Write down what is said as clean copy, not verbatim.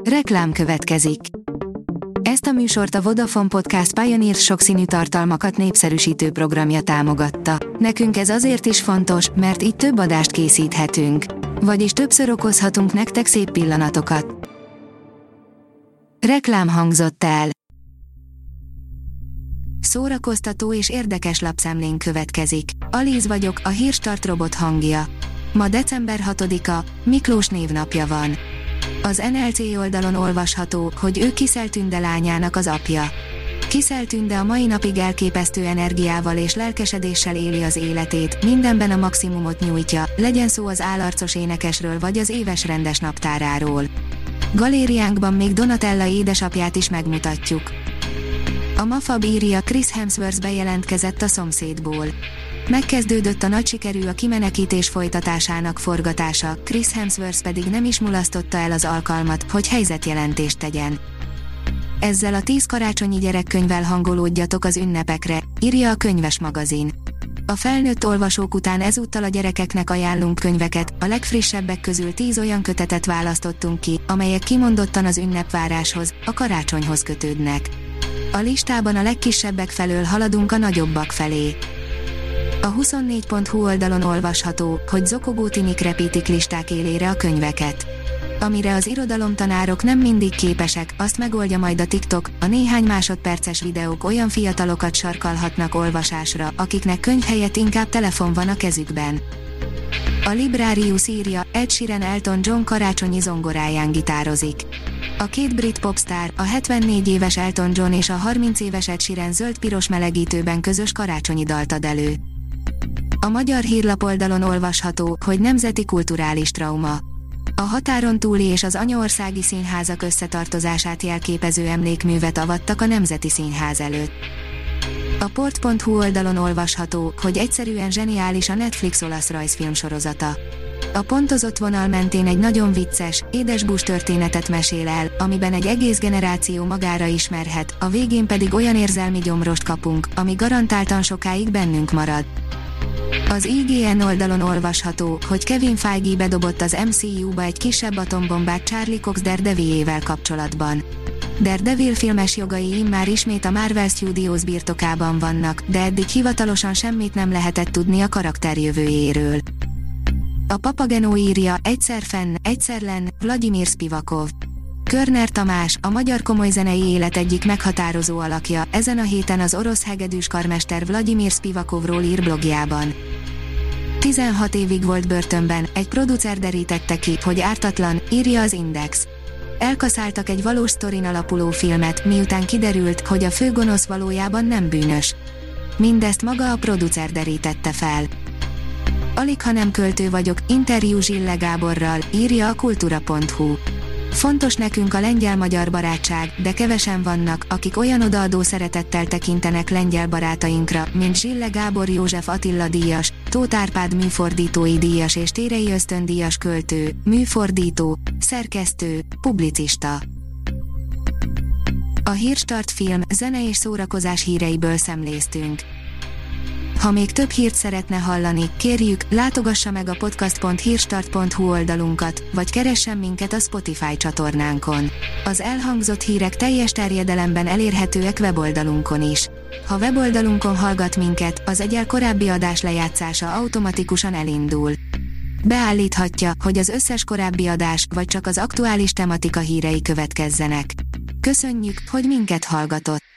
Reklám következik. Ezt a műsort a Vodafone Podcast Pioneer sokszínű tartalmakat népszerűsítő programja támogatta. Nekünk ez azért is fontos, mert így több adást készíthetünk. Vagyis többször okozhatunk nektek szép pillanatokat. Reklám hangzott el. Szórakoztató és érdekes lapszemlén következik. Alíz vagyok, a Hírstart robot hangja. Ma december 6-a, Miklós névnapja van. Az NLC oldalon olvasható, hogy ő Kissel Tünde lányának az apja. Kissel Tünde a mai napig elképesztő energiával és lelkesedéssel éli az életét, mindenben a maximumot nyújtja, legyen szó az állarcos énekesről vagy az éves rendes naptáráról. Galériánkban még Donatella édesapját is megmutatjuk. A Mafab írja, Chris Hemsworth bejelentkezett a Szomszédból. Megkezdődött a nagy sikerű A kimenekítés folytatásának forgatása, Chris Hemsworth pedig nem is mulasztotta el az alkalmat, hogy helyzetjelentést tegyen. Ezzel a 10 karácsonyi gyerekkönyvvel hangolódjatok az ünnepekre, írja a Könyves magazin. A felnőtt olvasók után ezúttal a gyerekeknek ajánlunk könyveket, a legfrissebbek közül 10 olyan kötetet választottunk ki, amelyek kimondottan az ünnepváráshoz, a karácsonyhoz kötődnek. A listában a legkisebbek felől haladunk a nagyobbak felé. A 24.hu oldalon olvasható, hogy zokogó tinik repítik listák élére a könyveket. Amire az irodalomtanárok nem mindig képesek, azt megoldja majd a TikTok, a néhány másodperces videók olyan fiatalokat sarkalhatnak olvasásra, akiknek könyv helyett inkább telefon van a kezükben. A Librarius írja, Ed Sheeran Elton John karácsonyi zongoráján gitározik. A két brit popstar, a 74 éves Elton John és a 30 éves Ed Sheeran zöld-piros melegítőben közös karácsonyi dalt ad elő. A Magyar Hírlap oldalon olvasható, hogy nemzeti kulturális trauma. A határon túli és az anyaországi színházak összetartozását jelképező emlékművet avattak a Nemzeti Színház előtt. A port.hu oldalon olvasható, hogy egyszerűen zseniális a Netflix olasz rajzfilmsorozata. A pontozott vonal mentén egy nagyon vicces, édesbús történetet mesél el, amiben egy egész generáció magára ismerhet, a végén pedig olyan érzelmi gyomrost kapunk, ami garantáltan sokáig bennünk marad. Az IGN oldalon olvasható, hogy Kevin Feige bedobott az MCU-ba egy kisebb atombombát Charlie Cox Daredevilével kapcsolatban. Daredevil filmes jogai immár ismét a Marvel Studios birtokában vannak, de eddig hivatalosan semmit nem lehetett tudni a karakter jövőjéről. A Papageno írja, egyszer fenn, egyszer lenn, Vladimir Spivakov. Körner Tamás, a magyar komolyzenei élet egyik meghatározó alakja, ezen a héten az orosz hegedűs karmester Vladimir Spivakovról ír blogjában. 16 évig volt börtönben, egy producer derítette ki, hogy ártatlan, írja az Index. Elkaszáltak egy valós sztorin alapuló filmet, miután kiderült, hogy a főgonosz valójában nem bűnös. Mindezt maga a producer derítette fel. Aligha nem költő vagyok, interjú Zsille Gáborral, írja a kultura.hu. Fontos nekünk a lengyel-magyar barátság, de kevesen vannak, akik olyan odaadó szeretettel tekintenek lengyel barátainkra, mint Zsille Gábor József Attila díjas, Tóth Árpád műfordítói díjas és Térei ösztöndíjas költő, műfordító, szerkesztő, publicista. A Hírstart film, zene és szórakozás híreiből szemléztünk. Ha még több hírt szeretne hallani, kérjük, látogassa meg a podcast.hírstart.hu oldalunkat, vagy keressen minket a Spotify csatornánkon. Az elhangzott hírek teljes terjedelemben elérhetőek weboldalunkon is. Ha weboldalunkon hallgat minket, az egyel korábbi adás lejátszása automatikusan elindul. Beállíthatja, hogy az összes korábbi adás, vagy csak az aktuális tematika hírei következzenek. Köszönjük, hogy minket hallgatott!